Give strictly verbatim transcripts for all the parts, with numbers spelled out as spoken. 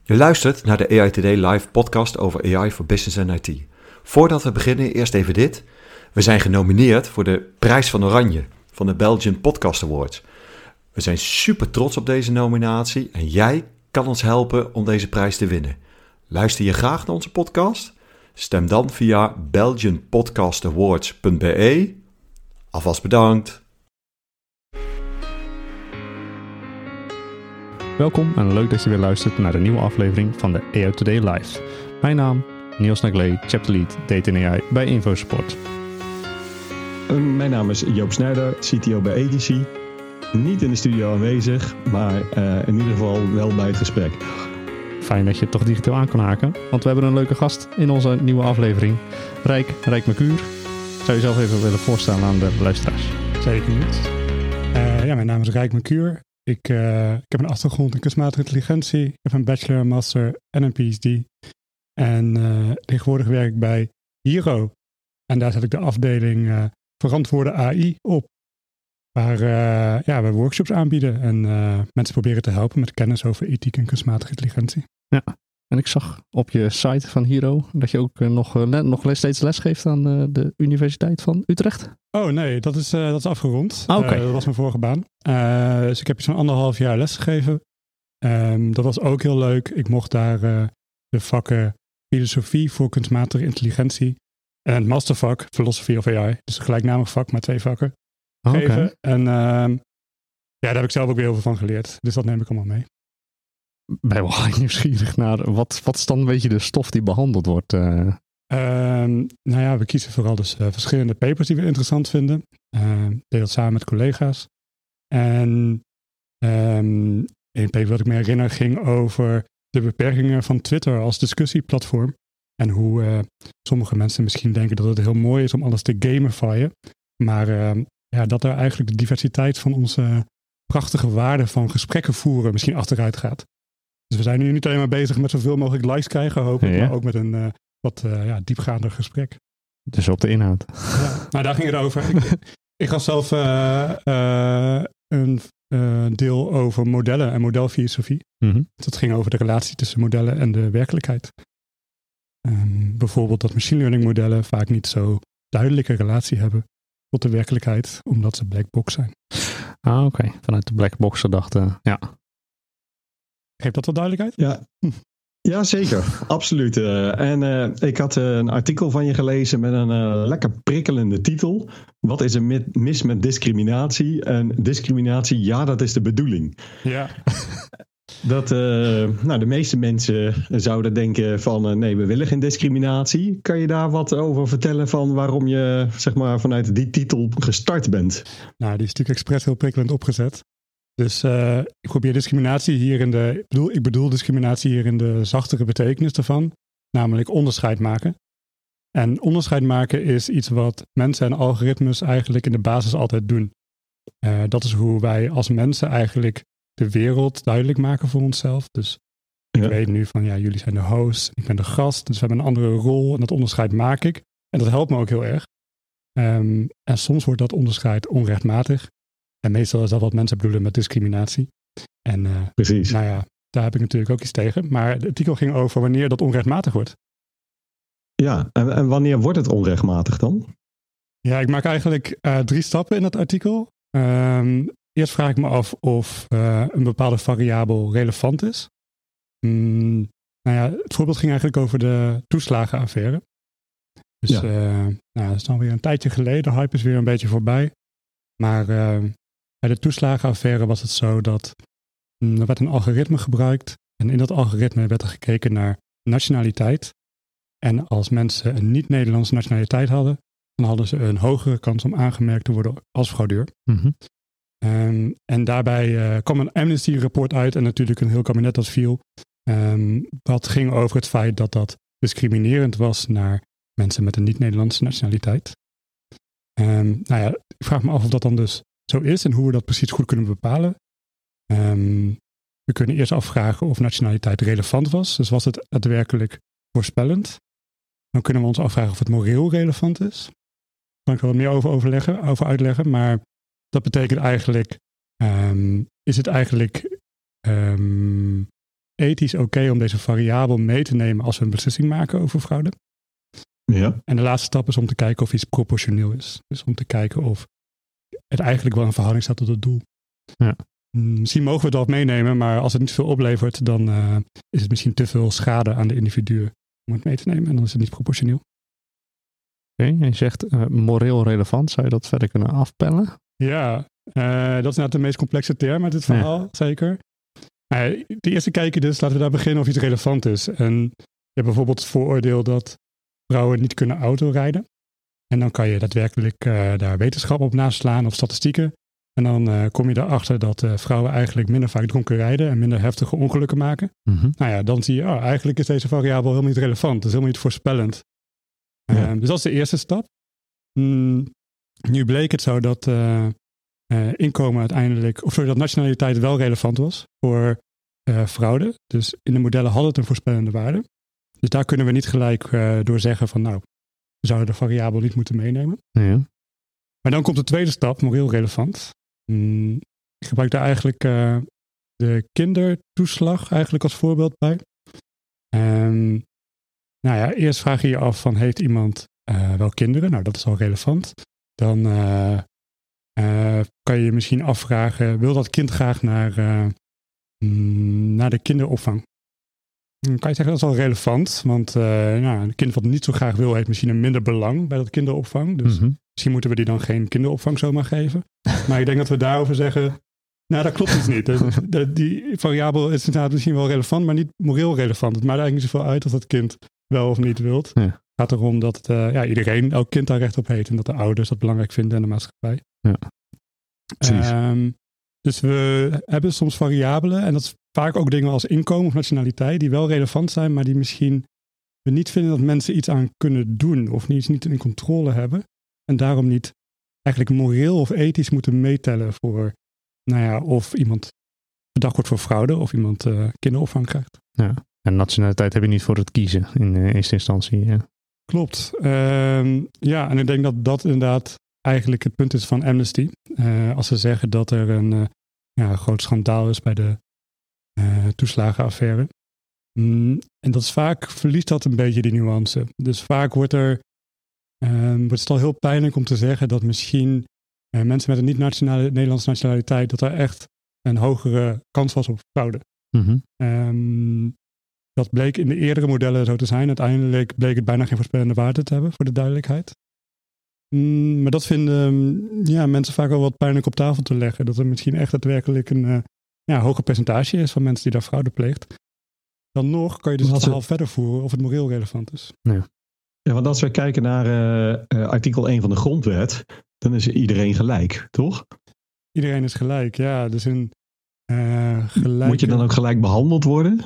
Je luistert naar de A I Today Live podcast over A I voor Business en I T. Voordat we beginnen, eerst even dit. We zijn genomineerd voor de Prijs van Oranje van de Belgian Podcast Awards. We zijn super trots op deze nominatie en jij kan ons helpen om deze prijs te winnen. Luister je graag naar onze podcast? Stem dan via belgian podcast awards punt b e. Alvast bedankt. Welkom en leuk dat je weer luistert naar een nieuwe aflevering van de A I Today Live. Mijn naam, Niels Nagley, Chapter Lead Data en A I bij InfoSupport. Uh, mijn naam is Joop Snijder, C T O bij A D C. Niet in de studio aanwezig, maar uh, in ieder geval wel bij het gesprek. Fijn dat je toch digitaal aan kan haken, want we hebben een leuke gast in onze nieuwe aflevering. Rijk, Rijk Mercure. Zou je jezelf even willen voorstellen aan de luisteraars? Zeker niet. Uh, ja, mijn naam is Rijk Mercure. Ik, uh, ik heb een achtergrond in kunstmatige intelligentie. Ik heb een bachelor, een master en een P H D. En uh, tegenwoordig werk ik bij Hero. En daar zet ik de afdeling uh, verantwoorde A I op. Waar uh, ja, we workshops aanbieden en uh, mensen proberen te helpen met kennis over ethiek en kunstmatige intelligentie. Ja, en ik zag op je site van Hero dat je ook uh, nog, uh, le- nog steeds les geeft aan uh, de Universiteit van Utrecht. Oh nee, dat is, uh, dat is afgerond. Oh, okay. uh, dat was mijn vorige baan. Uh, dus ik heb zo'n anderhalf jaar lesgegeven. Um, dat was ook heel leuk. Ik mocht daar uh, de vakken filosofie voor kunstmatige intelligentie en het mastervak Philosophy of A I. Dus een gelijknamig vak, maar twee vakken. Oh, geven. okay. En uh, ja, daar heb ik zelf ook weer heel veel van geleerd. Dus dat neem ik allemaal mee. Ben je wel nieuwsgierig naar wat, wat is dan een beetje de stof die behandeld wordt? Uh... Um, nou ja, we kiezen vooral dus uh, verschillende papers die we interessant vinden. Uh, deed dat samen met collega's. En um, een paper wat ik me herinner ging over de beperkingen van Twitter als discussieplatform. En hoe uh, sommige mensen misschien denken dat het heel mooi is om alles te gamifyen. Maar uh, ja, dat er eigenlijk de diversiteit van onze prachtige waarden van gesprekken voeren misschien achteruit gaat. Dus we zijn nu niet alleen maar bezig met zoveel mogelijk likes krijgen, hoop ik, ja, ja. Maar ook met een uh, wat uh, ja, diepgaander gesprek. Dus op de inhoud. Ja, nou, daar ging het over. ik, ik gaf zelf uh, uh, een uh, deel over modellen en modelfilosofie. Mm-hmm. Dat ging over de relatie tussen modellen en de werkelijkheid. Um, bijvoorbeeld dat machine learning modellen vaak niet zo duidelijke relatie hebben tot de werkelijkheid, omdat ze black box zijn. Ah, oké. Okay. Vanuit de black box gedachte, ja. Geeft dat wat duidelijkheid? Ja, ja zeker. Absoluut. Uh, en uh, ik had uh, een artikel van je gelezen met een uh, lekker prikkelende titel. Wat is er met, mis met discriminatie? En discriminatie, ja, dat is de bedoeling. Ja. Dat uh, nou, de meeste mensen zouden denken van uh, nee, we willen geen discriminatie. Kan je daar wat over vertellen van waarom je zeg maar vanuit die titel gestart bent? Nou, die is natuurlijk expres heel prikkelend opgezet. Dus uh, ik probeer discriminatie hier in de, ik bedoel, ik bedoel discriminatie hier in de zachtere betekenis ervan, namelijk onderscheid maken. En onderscheid maken is iets wat mensen en algoritmes eigenlijk in de basis altijd doen. Uh, dat is hoe wij als mensen eigenlijk de wereld duidelijk maken voor onszelf. Dus ik ja. weet nu van ja, jullie zijn de host, ik ben de gast, dus we hebben een andere rol en dat onderscheid maak ik. En dat helpt me ook heel erg. Um, en soms wordt dat onderscheid onrechtmatig. En meestal is dat wat mensen bedoelen met discriminatie. En uh, Precies. Nou ja, daar heb ik natuurlijk ook iets tegen. Maar het artikel ging over wanneer dat onrechtmatig wordt. Ja, en, en wanneer wordt het onrechtmatig dan? Ja, ik maak eigenlijk uh, drie stappen in dat artikel. Um, eerst vraag ik me af of uh, een bepaalde variabel relevant is. Mm, nou ja, het voorbeeld ging eigenlijk over de toeslagenaffaire. Dus ja. uh, nou, dat is dan weer een tijdje geleden. De hype is weer een beetje voorbij. Maar uh, bij de toeslagenaffaire was het zo dat mm, er werd een algoritme gebruikt. En in dat algoritme werd er gekeken naar nationaliteit. En als mensen een niet-Nederlandse nationaliteit hadden, dan hadden ze een hogere kans om aangemerkt te worden als fraudeur. Mm-hmm. Um, en daarbij uh, kwam een Amnesty-rapport uit en natuurlijk een heel kabinet dat viel. Um, dat ging over het feit dat dat discriminerend was naar mensen met een niet-Nederlandse nationaliteit. Um, nou ja, ik vraag me af of dat dan dus zo is en hoe we dat precies goed kunnen bepalen. Um, we kunnen eerst afvragen of nationaliteit relevant was. Dus was het daadwerkelijk voorspellend? Dan kunnen we ons afvragen of het moreel relevant is. Daar kan ik er wat meer over, overleggen, over uitleggen. Maar dat betekent eigenlijk, um, is het eigenlijk um, ethisch oké okay om deze variabel mee te nemen als we een beslissing maken over fraude? Ja. En de laatste stap is om te kijken of iets proportioneel is. Dus om te kijken of het eigenlijk wel in verhouding staat tot het doel. Ja. Misschien mogen we het wel meenemen, maar als het niet veel oplevert, dan uh, is het misschien te veel schade aan de individu om het mee te nemen. En dan is het niet proportioneel. Oké, okay, je zegt uh, moreel relevant. Zou je dat verder kunnen afpellen? Ja, uh, dat is nou de meest complexe term uit dit verhaal, ja. Zeker. Uh, de eerste kijken dus, laten we daar beginnen of iets relevant is. En je hebt bijvoorbeeld het vooroordeel dat vrouwen niet kunnen autorijden. En dan kan je daadwerkelijk uh, daar wetenschap op naslaan of statistieken. En dan uh, kom je erachter dat uh, vrouwen eigenlijk minder vaak dronken rijden en minder heftige ongelukken maken. Mm-hmm. Nou ja, dan zie je, oh, eigenlijk is deze variabel helemaal niet relevant. Dat is helemaal niet voorspellend. Ja. Uh, dus dat is de eerste stap. Mm, nu bleek het zo dat uh, uh, inkomen uiteindelijk, of sorry, dat nationaliteit wel relevant was voor uh, fraude. Dus in de modellen had het een voorspellende waarde. Dus daar kunnen we niet gelijk uh, door zeggen van nou, we zouden de variabel niet moeten meenemen. Ja. Maar dan komt de tweede stap, moreel relevant. Mm, ik gebruik daar eigenlijk uh, de kindertoeslag eigenlijk als voorbeeld bij. Um, nou ja, eerst vraag je je af van heeft iemand uh, wel kinderen? Nou, dat is al relevant. Dan uh, uh, kan je je misschien afvragen, wil dat kind graag naar, uh, mm, naar de kinderopvang? Dan kan je zeggen, dat is al relevant. Want uh, nou, een kind wat niet zo graag wil, heeft misschien een minder belang bij dat kinderopvang. Dus mm-hmm. misschien moeten we die dan geen kinderopvang zomaar geven. Maar ik denk dat we daarover zeggen, nou, dat klopt dus niet. De, de, die variabel is inderdaad misschien wel relevant, maar niet moreel relevant. Het maakt eigenlijk niet zoveel uit of dat kind wel of niet wilt. Ja. Het gaat erom dat het, uh, ja, iedereen, elk kind daar recht op heeft. En dat de ouders dat belangrijk vinden en de maatschappij. Ja. Precies. Um, dus we hebben soms variabelen. En dat is vaak ook dingen als inkomen of nationaliteit. Die wel relevant zijn, maar die misschien we niet vinden dat mensen iets aan kunnen doen. Of niet, niet in controle hebben. En daarom niet eigenlijk moreel of ethisch moeten meetellen voor, nou ja, of iemand verdacht wordt voor fraude of iemand uh, kinderopvang krijgt. Ja. En nationaliteit heb je niet voor het kiezen in uh, eerste instantie. Ja. Klopt. Uh, ja, en ik denk dat dat inderdaad eigenlijk het punt is van Amnesty. Uh, als ze zeggen dat er een uh, ja, groot schandaal is bij de uh, toeslagenaffaire. Mm, en dat is vaak, verliest dat een beetje die nuance. Dus vaak wordt er, uh, wordt het al heel pijnlijk om te zeggen dat misschien uh, mensen met een niet-nationale Nederlandse nationaliteit, dat er echt een hogere kans was op fraude. Mm-hmm. Um, dat bleek in de eerdere modellen zo te zijn. Uiteindelijk bleek het bijna geen voorspellende waarde te hebben, voor de duidelijkheid. Mm, maar dat vinden ja, mensen vaak wel wat pijnlijk op tafel te leggen. Dat er misschien echt daadwerkelijk een uh, ja, hoger percentage is van mensen die daar fraude pleegt. Dan nog kan je dus het verhaal we... verder voeren of het moreel relevant is. Ja, ja, want als we kijken naar uh, uh, artikel één van de grondwet, dan is iedereen gelijk, toch? Iedereen is gelijk, ja. Dus een uh, gelijke... Moet je dan ook gelijk behandeld worden?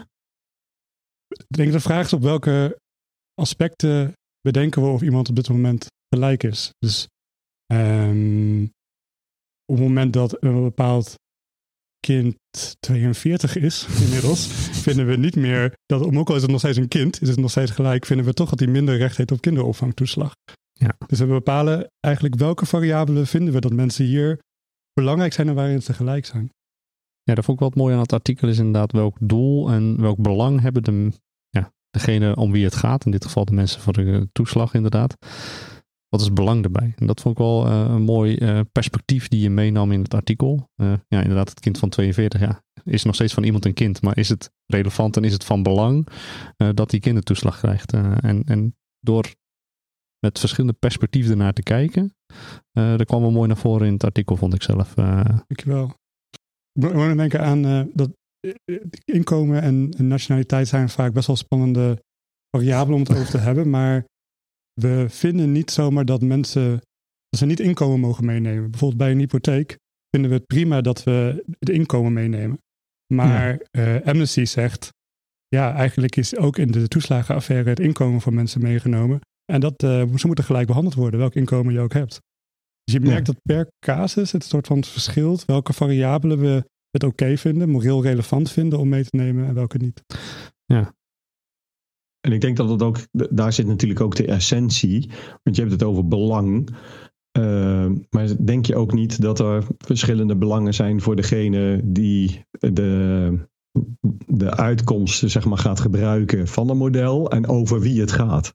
Ik denk dat de vraag is op welke aspecten bedenken we of iemand op dit moment gelijk is. Dus um, op het moment dat een bepaald kind tweeënveertig is inmiddels, vinden we niet meer dat, ook al is het nog steeds een kind, is het nog steeds gelijk, vinden we toch dat hij minder recht heeft op kinderopvangtoeslag. Ja. Dus we bepalen eigenlijk welke variabelen vinden we dat mensen hier belangrijk zijn en waarin ze gelijk zijn. Ja, dat vond ik wel het mooie aan het artikel is inderdaad welk doel en welk belang hebben de, ja, degene om wie het gaat. In dit geval de mensen voor de toeslag inderdaad. Wat is het belang erbij? En dat vond ik wel uh, een mooi uh, perspectief die je meenam in het artikel. Uh, ja, inderdaad, het kind van tweeënveertig ja, is nog steeds van iemand een kind. Maar is het relevant en is het van belang uh, dat die kindertoeslag krijgt? Uh, en, en door met verschillende perspectieven ernaar te kijken, uh, dat kwam wel mooi naar voren in het artikel, vond ik zelf. Uh, Dankjewel. Ik moet denken aan uh, dat inkomen en, en nationaliteit zijn vaak best wel spannende variabelen om het over te hebben. Maar we vinden niet zomaar dat mensen, dat ze niet inkomen mogen meenemen. Bijvoorbeeld bij een hypotheek vinden we het prima dat we het inkomen meenemen. Maar ja. uh, Amnesty zegt, ja, eigenlijk is ook in de toeslagenaffaire het inkomen van mensen meegenomen. En dat uh, ze moeten gelijk behandeld worden, welk inkomen je ook hebt. Dus je merkt ja. dat per casus het soort van verschilt welke variabelen we het oké okay vinden, moreel relevant vinden om mee te nemen en welke niet. Ja. En ik denk dat het ook, daar zit natuurlijk ook de essentie, want je hebt het over belang. Uh, maar denk je ook niet dat er verschillende belangen zijn voor degene die de de uitkomsten zeg maar, gaat gebruiken van een model en over wie het gaat.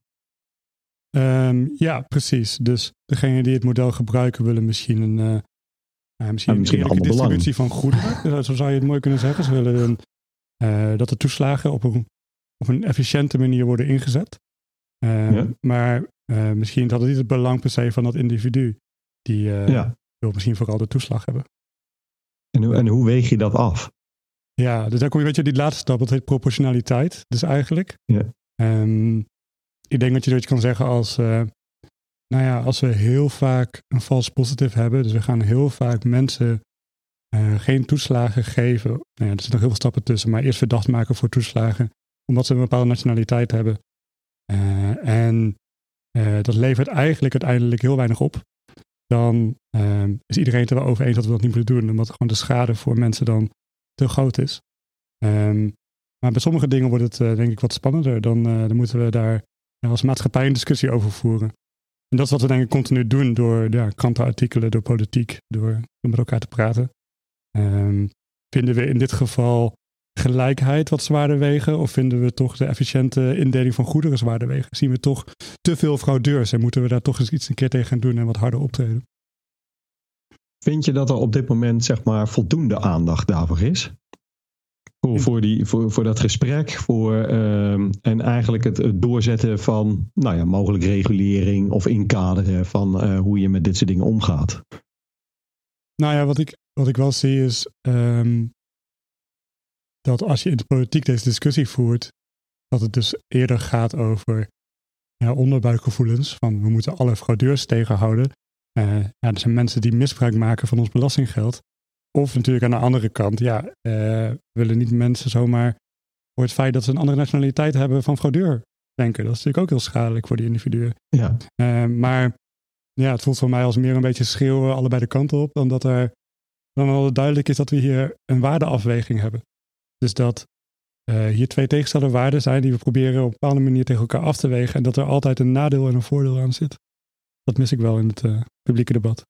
Um, ja, precies. Dus degenen die het model gebruiken willen misschien een, uh, uh, misschien misschien een eerlijke distributie belang. van goederen. Zo zou je het mooi kunnen zeggen. Ze willen een, uh, dat de toeslagen op een, op een efficiënte manier worden ingezet. Uh, ja. Maar uh, misschien had het niet het belang per se van dat individu. Die uh, ja. wil misschien vooral de toeslag hebben. En hoe, en hoe weeg je dat af? Ja, dus daar kom je een beetje op die laatste stap. Dat heet proportionaliteit. Dus eigenlijk. Ja. Um, ik denk dat je zoiets kan zeggen als... Uh, nou ja, als we heel vaak een false positive hebben. Dus we gaan heel vaak mensen uh, geen toeslagen geven. Nou ja, er zitten nog heel veel stappen tussen. Maar eerst verdacht maken voor toeslagen. Omdat ze een bepaalde nationaliteit hebben. Uh, en uh, dat levert eigenlijk uiteindelijk heel weinig op. Dan uh, is iedereen het er wel over eens dat we dat niet moeten doen. Omdat gewoon de schade voor mensen dan te groot is. Um, maar bij sommige dingen wordt het uh, denk ik wat spannender. Dan, uh, dan moeten we daar ja, als maatschappij een discussie over voeren. En dat is wat we denk ik continu doen door ja, krantenartikelen, door politiek, door, door met elkaar te praten. Um, vinden we in dit geval gelijkheid wat zwaarder wegen? Of vinden we toch de efficiënte indeling van goederen zwaarder wegen? Zien we toch te veel fraudeurs en moeten we daar toch eens iets een keer tegen gaan doen en wat harder optreden? Vind je dat er op dit moment zeg maar voldoende aandacht daarvoor is? Voor, voor, die, voor, voor dat gesprek voor, uh, en eigenlijk het, het doorzetten van nou ja, mogelijk regulering of inkaderen van uh, hoe je met dit soort dingen omgaat? Nou ja, wat ik, wat ik wel zie is um, dat als je in de politiek deze discussie voert, dat het dus eerder gaat over ja, onderbuikgevoelens van we moeten alle fraudeurs tegenhouden. Uh, ja, er zijn mensen die misbruik maken van ons belastinggeld. Of natuurlijk aan de andere kant, ja, uh, we willen niet mensen zomaar voor het feit dat ze een andere nationaliteit hebben van fraudeur denken. Dat is natuurlijk ook heel schadelijk voor die individuen. Ja. Uh, maar ja, het voelt voor mij als meer een beetje schreeuwen allebei de kanten op, dan dat er dan al duidelijk is dat we hier een waardeafweging hebben. Dus dat uh, hier twee tegenstelde waarden zijn die we proberen op een bepaalde manier tegen elkaar af te wegen en dat er altijd een nadeel en een voordeel aan zit. Dat mis ik wel in het uh, publieke debat.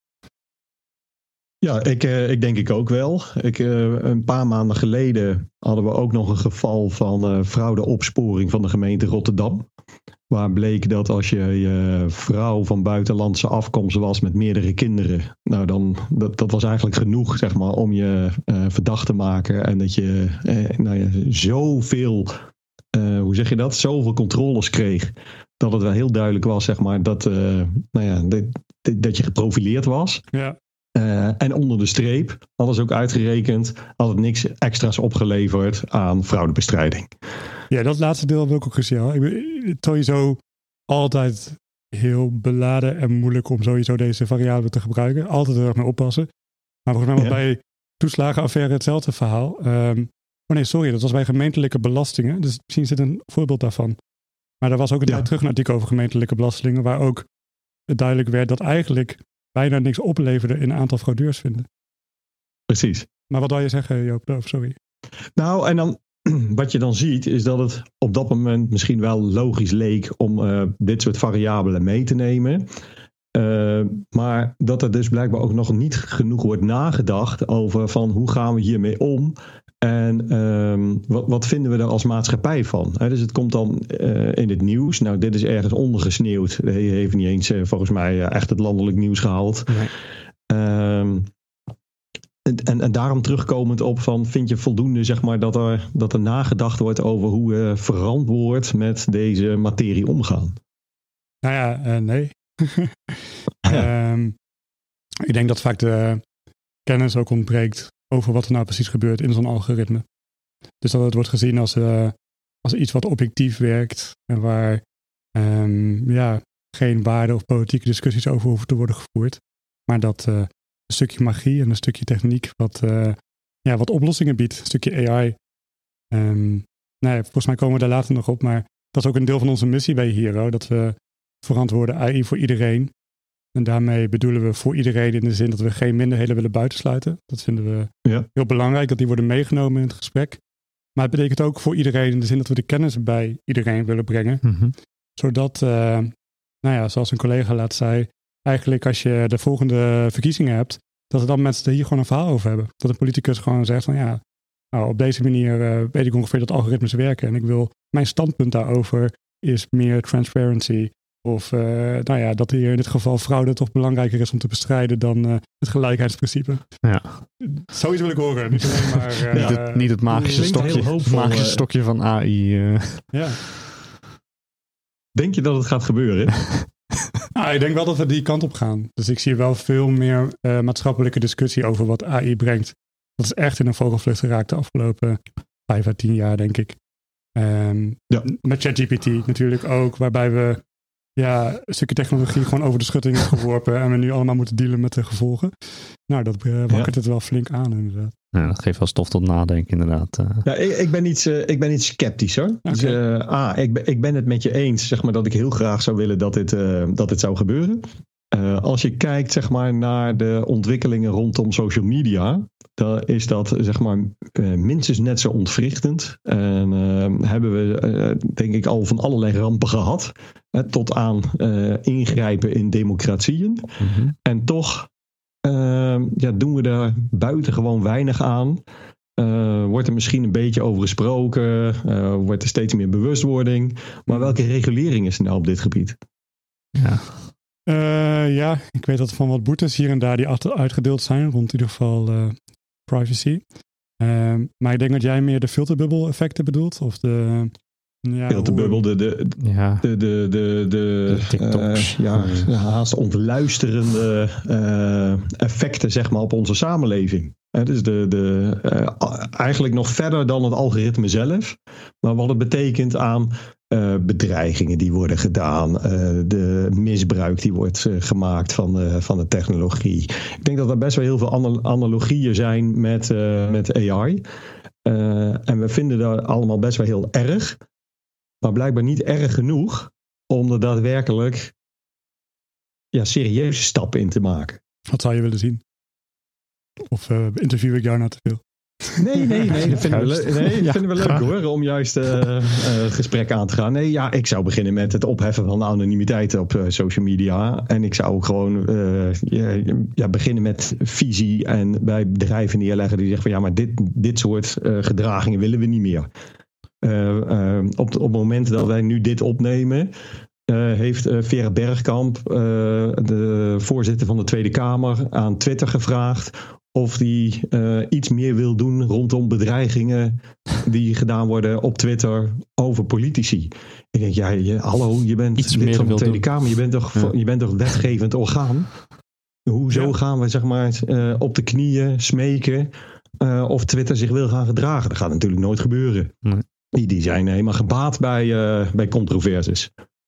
Ja, ik, uh, ik denk ik ook wel. Ik, uh, een paar maanden geleden hadden we ook nog een geval van uh, fraudeopsporing van de gemeente Rotterdam. Waar bleek dat als je uh, vrouw van buitenlandse afkomst was met meerdere kinderen. Nou dan, dat, dat was eigenlijk genoeg zeg maar, om je uh, verdacht te maken. En dat je uh, nou ja, zoveel, uh, hoe zeg je dat, zoveel controles kreeg. Dat het wel heel duidelijk was zeg maar, dat, uh, nou ja, dat, dat je geprofileerd was. Ja. Uh, en onder de streep, alles ook uitgerekend, had het niks extra's opgeleverd aan fraudebestrijding. Ja, dat laatste deel wil ik ook cruciaal. Ik ben sowieso altijd heel beladen en moeilijk om sowieso deze variabelen te gebruiken. Altijd er mee oppassen. Maar volgens mij was ja. bij toeslagenaffaire hetzelfde verhaal. Um, oh nee, sorry, dat was bij gemeentelijke belastingen. Dus misschien zit een voorbeeld daarvan. Maar er was ook een ja. tijd terug een artikel over gemeentelijke belastingen, waar ook duidelijk werd dat eigenlijk bijna niks opleverde in een aantal fraudeurs vinden. Precies. Maar wat wil je zeggen, Joop? Oh, sorry. Nou, en dan wat je dan ziet is dat het op dat moment misschien wel logisch leek om uh, dit soort variabelen mee te nemen. Uh, maar dat er dus blijkbaar ook nog niet genoeg wordt nagedacht over van hoe gaan we hiermee om en um, wat, wat vinden we er als maatschappij van. He, dus het komt dan uh, in het nieuws. Nou, dit is ergens ondergesneeuwd. Hij heeft niet eens uh, volgens mij uh, echt het landelijk nieuws gehaald. Nee. Um, En, en, en daarom terugkomend op van, vind je voldoende zeg maar, dat, er, dat er nagedacht wordt over hoe we verantwoord met deze materie omgaan? Nou ja, uh, nee. ja. um, ik denk dat vaak de kennis ook ontbreekt over wat er nou precies gebeurt in zo'n algoritme. Dus dat het wordt gezien als, uh, als iets wat objectief werkt en waar um, ja, geen waarde of politieke discussies over hoeven te worden gevoerd. Maar dat Uh, een stukje magie en een stukje techniek wat, uh, ja, wat oplossingen biedt. Een stukje A I. Um, nou ja, volgens mij komen we daar later nog op. Maar dat is ook een deel van onze missie bij Hero. Dat we verantwoorden A I voor iedereen. En daarmee bedoelen we voor iedereen in de zin dat we geen minderheden willen buitensluiten. Dat vinden we ja. heel belangrijk. Dat die worden meegenomen in het gesprek. Maar het betekent ook voor iedereen in de zin dat we de kennis bij iedereen willen brengen. Mm-hmm. Zodat, uh, nou ja, zoals een collega laatst zei, eigenlijk als je de volgende verkiezingen hebt, dat er dan mensen hier gewoon een verhaal over hebben. Dat een politicus gewoon zegt van ja, nou, op deze manier uh, weet ik ongeveer dat algoritmes werken. En ik wil, mijn standpunt daarover is meer transparency. Of uh, nou ja, dat hier in dit geval fraude toch belangrijker is om te bestrijden dan uh, het gelijkheidsprincipe. Ja. Zoiets wil ik horen. Niet alleen maar... Uh, niet, het, niet het magische stokje, hoopvol, magische stokje van A I. Uh. Ja. Denk je dat het gaat gebeuren? Ah, ik denk wel dat we die kant op gaan. Dus ik zie wel veel meer uh, maatschappelijke discussie over wat A I brengt. Dat is echt in een vogelvlucht geraakt de afgelopen vijf à tien jaar, denk ik. Um, ja. Met ChatGPT natuurlijk ook, waarbij we ja, een stukje technologie gewoon over de schutting is geworpen en we nu allemaal moeten dealen met de gevolgen. Nou, dat uh, wakkert ja. het wel flink aan inderdaad. Ja, dat geeft wel stof tot nadenken inderdaad. Uh. Ja, ik, ik, ben iets, uh, ik ben iets sceptisch hoor. Okay. Dus, uh, ah, ik, ben, ik ben het met je eens, zeg maar, dat ik heel graag zou willen dat dit, uh, dat dit zou gebeuren. Uh, als je kijkt zeg maar, naar de ontwikkelingen rondom social media, dan is dat zeg maar, uh, minstens net zo ontwrichtend. En uh, hebben we uh, denk ik al van allerlei rampen gehad. Uh, tot aan uh, ingrijpen in democratieën. Mm-hmm. En toch uh, ja, doen we daar buitengewoon weinig aan. Uh, wordt er misschien een beetje over gesproken. Uh, wordt er steeds meer bewustwording. Maar welke regulering is er nou op dit gebied? Ja. Uh, ja, ik weet dat van wat boetes hier en daar die uitgedeeld zijn, rond in ieder geval uh, privacy. Uh, maar ik denk dat jij meer de filterbubbel effecten bedoelt, of de... Ja, filterbubbel, de, de, ja. de, de, de, de, de TikToks. Uh, ja, haast ontluisterende uh, effecten zeg maar, op onze samenleving. Uh, dus de, de, uh, eigenlijk nog verder dan het algoritme zelf, maar wat het betekent aan Uh, bedreigingen die worden gedaan, uh, de misbruik die wordt uh, gemaakt van, uh, van de technologie. Ik denk dat er best wel heel veel anal- analogieën zijn met, uh, met A I. Uh, en we vinden dat allemaal best wel heel erg, maar blijkbaar niet erg genoeg om er daadwerkelijk ja, serieuze stappen in te maken. Wat zou je willen zien? Of uh, interview ik jou nou te veel? Nee, nee, nee, dat vinden we, le- nee, dat ja, vinden we leuk hoor, om juist uh, uh, het gesprek aan te gaan. Nee, ja, ik zou beginnen met het opheffen van de anonimiteit op uh, social media. En ik zou ook gewoon uh, ja, ja, beginnen met visie en bij bedrijven neerleggen die zeggen van ja, maar dit, dit soort uh, gedragingen willen we niet meer. Uh, uh, op, op het moment dat wij nu dit opnemen, Uh, heeft uh, Vera Bergkamp, uh, de voorzitter van de Tweede Kamer, aan Twitter gevraagd of die uh, iets meer wil doen rondom bedreigingen die gedaan worden op Twitter over politici. Ik denk, ja, je, hallo, je bent iets lid van de Tweede doen. Kamer, je bent toch, ja. je bent toch wetgevend orgaan? Hoezo ja. gaan we zeg maar uh, op de knieën smeken uh, of Twitter zich wil gaan gedragen? Dat gaat natuurlijk nooit gebeuren. Nee. Die, die zijn helemaal gebaat bij, uh, bij controverses.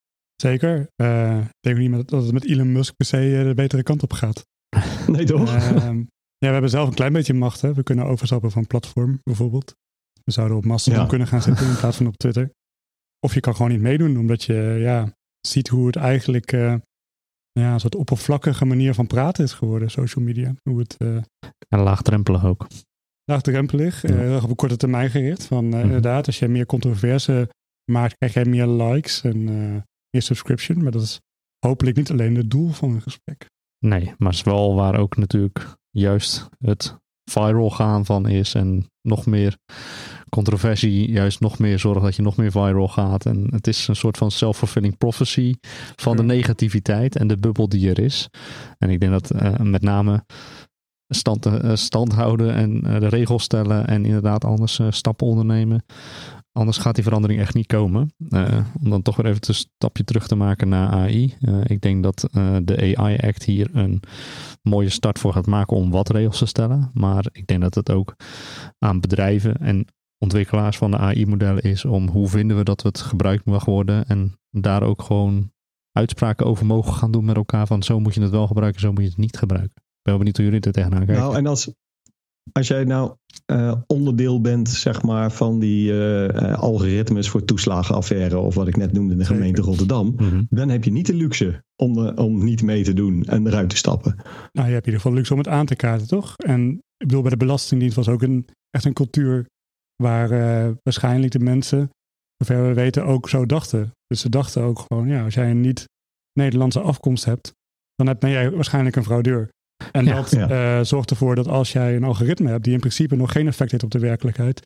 Zeker. Uh, ik denk niet dat het met Elon Musk per se de betere kant op gaat. Nee, toch? Uh, ja, we hebben zelf een klein beetje macht. Hè? We kunnen overstappen van platform bijvoorbeeld. We zouden op Mastodon ja. kunnen gaan zitten in plaats van op Twitter. Of je kan gewoon niet meedoen, omdat je ja, ziet hoe het eigenlijk uh, ja, een soort oppervlakkige manier van praten is geworden, social media. Hoe het, uh, en laagdrempelig ook. Laagdrempelig, ja. uh, op een korte termijn gericht. Van uh, mm-hmm. inderdaad, als je meer controverse maakt, krijg je meer likes en uh, meer subscription. Maar dat is hopelijk niet alleen het doel van een gesprek. Nee, maar het is wel waar ook natuurlijk juist het viral gaan van is en nog meer controversie, juist nog meer zorgen dat je nog meer viral gaat. En het is een soort van self-fulfilling prophecy van ja. de negativiteit en de bubbel die er is. En ik denk dat uh, met name stand, uh, stand houden en uh, de regels stellen en inderdaad anders uh, stappen ondernemen. Anders gaat die verandering echt niet komen. Uh, om dan toch weer even een stapje terug te maken naar A I. Uh, ik denk dat uh, de A I-act hier een mooie start voor gaat maken om wat regels te stellen. Maar ik denk dat het ook aan bedrijven en ontwikkelaars van de A I-modellen is om hoe vinden we dat het gebruikt mag worden. En daar ook gewoon uitspraken over mogen gaan doen met elkaar van zo moet je het wel gebruiken, zo moet je het niet gebruiken. Ik ben wel benieuwd hoe jullie er tegenaan kijken. Nou, en als... Als jij nou uh, onderdeel bent, zeg maar, van die uh, uh, algoritmes voor toeslagenaffaire of wat ik net noemde in de gemeente Rotterdam, mm-hmm. dan heb je niet de luxe om, uh, om niet mee te doen en eruit te stappen. Nou, je hebt in ieder geval de luxe om het aan te kaarten, toch? En ik bedoel, bij de Belastingdienst was ook een, echt een cultuur waar uh, waarschijnlijk de mensen, zover we weten, ook zo dachten. Dus ze dachten ook gewoon, ja, als jij een niet-Nederlandse afkomst hebt, dan ben jij waarschijnlijk een fraudeur. En Ja, dat ja. uh, zorgt ervoor dat als jij een algoritme hebt die in principe nog geen effect heeft op de werkelijkheid,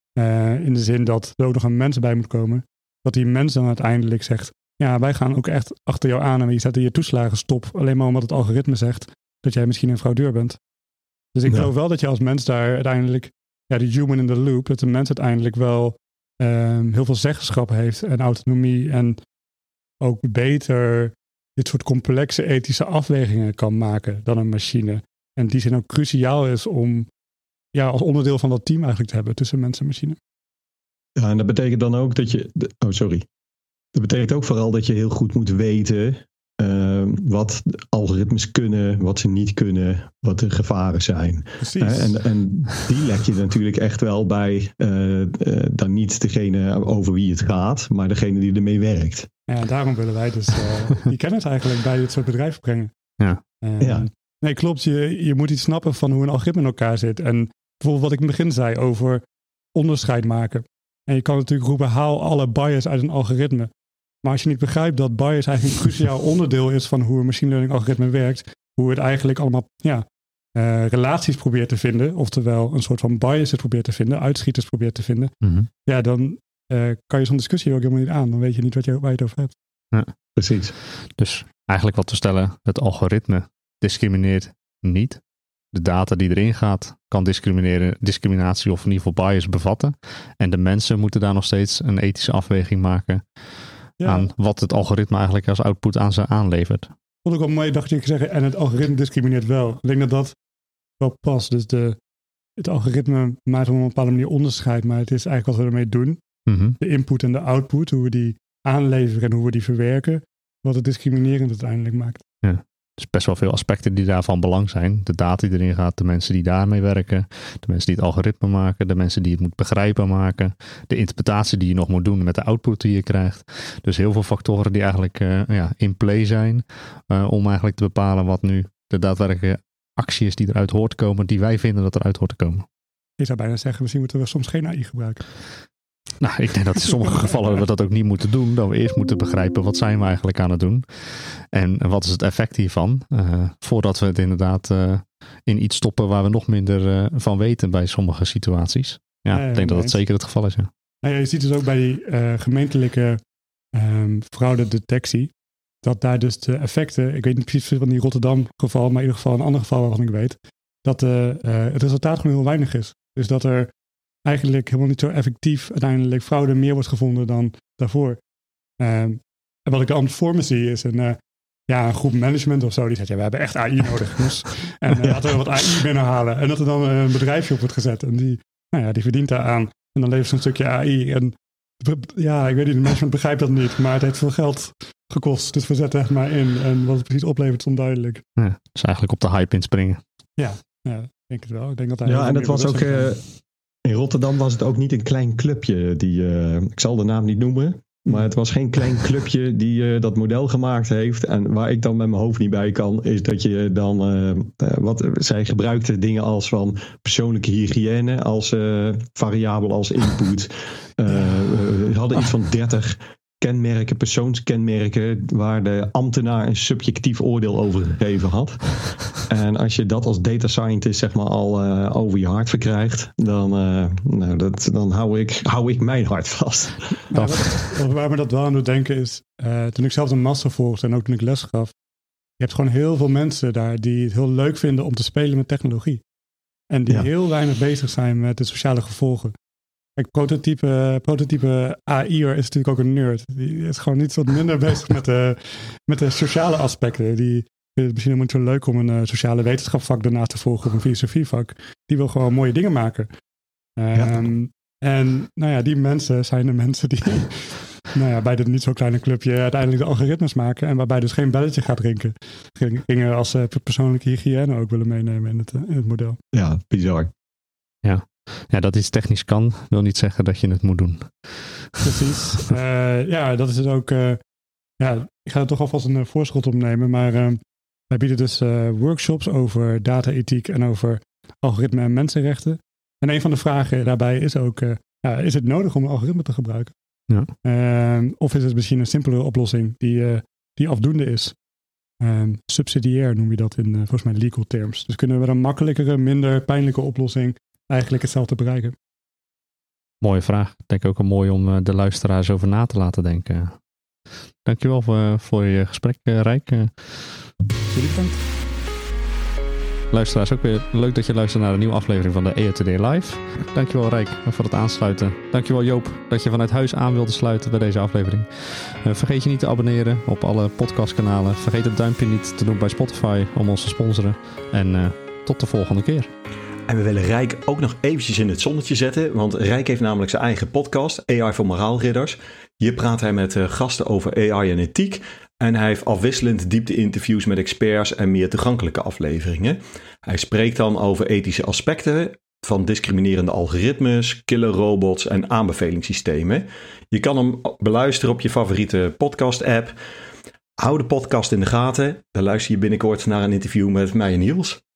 uh, in de zin dat er ook nog een mens bij moet komen, dat die mens dan uiteindelijk zegt, ja, wij gaan ook echt achter jou aan en je zet in je toeslagen stop, alleen maar omdat het algoritme zegt dat jij misschien een fraudeur bent. Dus ik Ja. geloof wel dat je als mens daar uiteindelijk, ja, die human in the loop, dat de mens uiteindelijk wel um, heel veel zeggenschap heeft en autonomie en ook beter dit soort complexe ethische afwegingen kan maken dan een machine. En die zin ook cruciaal is om ja, als onderdeel van dat team eigenlijk te hebben tussen mens en machine. Ja, en dat betekent dan ook dat je... Oh, sorry. Dat betekent ook vooral dat je heel goed moet weten uh, wat algoritmes kunnen, wat ze niet kunnen, wat de gevaren zijn. Precies. Uh, en, en die leg je natuurlijk echt wel bij uh, uh, dan niet degene over wie het gaat, maar degene die ermee werkt. Ja, daarom willen wij dus uh, die kennis eigenlijk bij dit soort bedrijven brengen. Ja. Uh, Ja. Nee, klopt. Je, je moet iets snappen van hoe een algoritme in elkaar zit. En bijvoorbeeld wat ik in het begin zei over onderscheid maken. En je kan natuurlijk roepen, haal alle bias uit een algoritme. Maar als je niet begrijpt dat bias eigenlijk een cruciaal onderdeel is van hoe een machine learning algoritme werkt, hoe het eigenlijk allemaal ja, uh, relaties probeert te vinden, oftewel een soort van biases probeert te vinden, uitschieters probeert te vinden, Mm-hmm. ja, dan uh, kan je zo'n discussie ook helemaal niet aan. Dan weet je niet wat je, waar je het over hebt. Ja. Precies. Dus eigenlijk wat we stellen, het algoritme discrimineert niet. De data die erin gaat kan discrimineren, discriminatie of in ieder geval bias bevatten. En de mensen moeten daar nog steeds een ethische afweging maken Ja. aan wat het algoritme eigenlijk als output aan ze aanlevert. Vond ik wel mooi, dacht ik zeggen, en het algoritme discrimineert wel. Ik denk dat dat wel past. Dus de, het algoritme maakt op een bepaalde manier onderscheid, maar het is eigenlijk wat we ermee doen. Mm-hmm. De input en de output, hoe we die aanleveren en hoe we die verwerken, wat het discriminerend uiteindelijk maakt. Ja. Dus best wel veel aspecten die daarvan belang zijn. De data die erin gaat, de mensen die daarmee werken, de mensen die het algoritme maken, de mensen die het moet begrijpen maken, de interpretatie die je nog moet doen met de output die je krijgt. Dus heel veel factoren die eigenlijk uh, ja, in play zijn uh, om eigenlijk te bepalen wat nu de daadwerkelijke actie is die eruit hoort te komen, die wij vinden dat eruit hoort te komen. Ik zou bijna zeggen, misschien moeten we soms geen A I gebruiken. Nou, ik denk dat in sommige gevallen we dat ook niet moeten doen. Dat we eerst moeten begrijpen wat zijn we eigenlijk aan het doen. En wat is het effect hiervan. Uh, voordat we het inderdaad uh, in iets stoppen waar we nog minder uh, van weten bij sommige situaties. Ja, Ja, ja, ik denk dat dat eens. zeker het geval is. Ja. Nou ja, je ziet dus ook bij die uh, gemeentelijke um, fraudedetectie, dat daar dus de effecten, ik weet niet precies van die Rotterdam geval, maar in ieder geval een ander geval waarvan ik weet, dat uh, uh, het resultaat gewoon heel weinig is. Dus dat er eigenlijk helemaal niet zo effectief uiteindelijk fraude meer wordt gevonden dan daarvoor. Um, en wat ik dan voor me zie is een, uh, ja, een groep management of zo die zegt, ja, we hebben echt A I nodig. Dus, en uh, laten we wat A I binnenhalen. En dat er dan een bedrijfje op wordt gezet en die, nou ja, die verdient daar aan. En dan levert ze een stukje A I. En ja, ik weet niet, de management begrijpt dat niet, maar het heeft veel geld gekost. Dus we zetten echt maar in. En wat het precies oplevert is onduidelijk. Ja, dus eigenlijk op de hype inspringen. Ja, ja, ik denk het wel. Ik denk dat daar Ja, en dat was ook... Uh, Uh, in Rotterdam was het ook niet een klein clubje. Die, uh, ik zal de naam niet noemen. Maar het was geen klein clubje die uh, dat model gemaakt heeft. En waar ik dan met mijn hoofd niet bij kan, is dat je dan... Uh, uh, wat, zij gebruikten dingen als van persoonlijke hygiëne als uh, variabel, als input. Uh, we hadden iets van dertig kenmerken, persoonskenmerken, waar de ambtenaar een subjectief oordeel over gegeven had. En als je dat als data scientist zeg maar al uh, over je hart verkrijgt, dan, uh, nou, dat, dan hou, ik, hou ik mijn hart vast. Nou, wat, waar me dat wel aan doet denken is, uh, toen ik zelf een master volgde en ook toen ik les gaf, je hebt gewoon heel veel mensen daar die het heel leuk vinden om te spelen met technologie. En die ja. heel weinig bezig zijn met de sociale gevolgen. Kijk, prototype, prototype A I'er is natuurlijk ook een nerd. Die is gewoon niet wat minder bezig met de, met de sociale aspecten. Die vindt het misschien helemaal niet zo leuk om een uh, sociale wetenschapsvak daarna te volgen of een filosofievak. Die wil gewoon mooie dingen maken. Um, ja. En nou ja, die mensen zijn de mensen die nou ja, bij dit niet zo kleine clubje uiteindelijk de algoritmes maken. En waarbij dus geen belletje gaat rinken. Ringen als uh, persoonlijke hygiëne ook willen meenemen in het, uh, in het model. Ja, bizar. Ja. Ja, dat iets technisch kan, wil niet zeggen dat je het moet doen. Precies. Uh, ja, dat is het ook. Uh, ja, ik ga er toch alvast een uh, voorschot opnemen. Maar uh, wij bieden dus uh, workshops over data-ethiek en over algoritme en mensenrechten. En een van de vragen daarbij is ook, uh, ja, is het nodig om een algoritme te gebruiken? Ja. Uh, of is het misschien een simpelere oplossing die, uh, die afdoende is? Um, subsidiair noem je dat in uh, volgens mij legal terms. Dus kunnen we een makkelijkere, minder pijnlijke oplossing eigenlijk hetzelfde bereiken? Mooie vraag. Ik denk ook een mooi om uh, de luisteraars over na te laten denken. Dankjewel voor, voor je gesprek, uh, Rijk. Uh, Jullie bedankt. Luisteraars, ook weer leuk dat je luistert naar een nieuwe aflevering van de E O Today Live. Dankjewel Rijk voor het aansluiten. Dankjewel Joop dat je vanuit huis aan wilde sluiten bij deze aflevering. Uh, vergeet je niet te abonneren op alle podcastkanalen. Vergeet het duimpje niet te doen bij Spotify om ons te sponsoren. En uh, tot de volgende keer. En we willen Rijk ook nog eventjes in het zonnetje zetten, want Rijk heeft namelijk zijn eigen podcast, A I voor Moraalridders. Hier praat hij met uh, gasten over A I en ethiek. En hij heeft afwisselend diepte-interviews met experts en meer toegankelijke afleveringen. Hij spreekt dan over ethische aspecten van discriminerende algoritmes, killer robots en aanbevelingssystemen. Je kan hem beluisteren op je favoriete podcast-app. Hou de podcast in de gaten. Dan luister je binnenkort naar een interview met mij en Niels.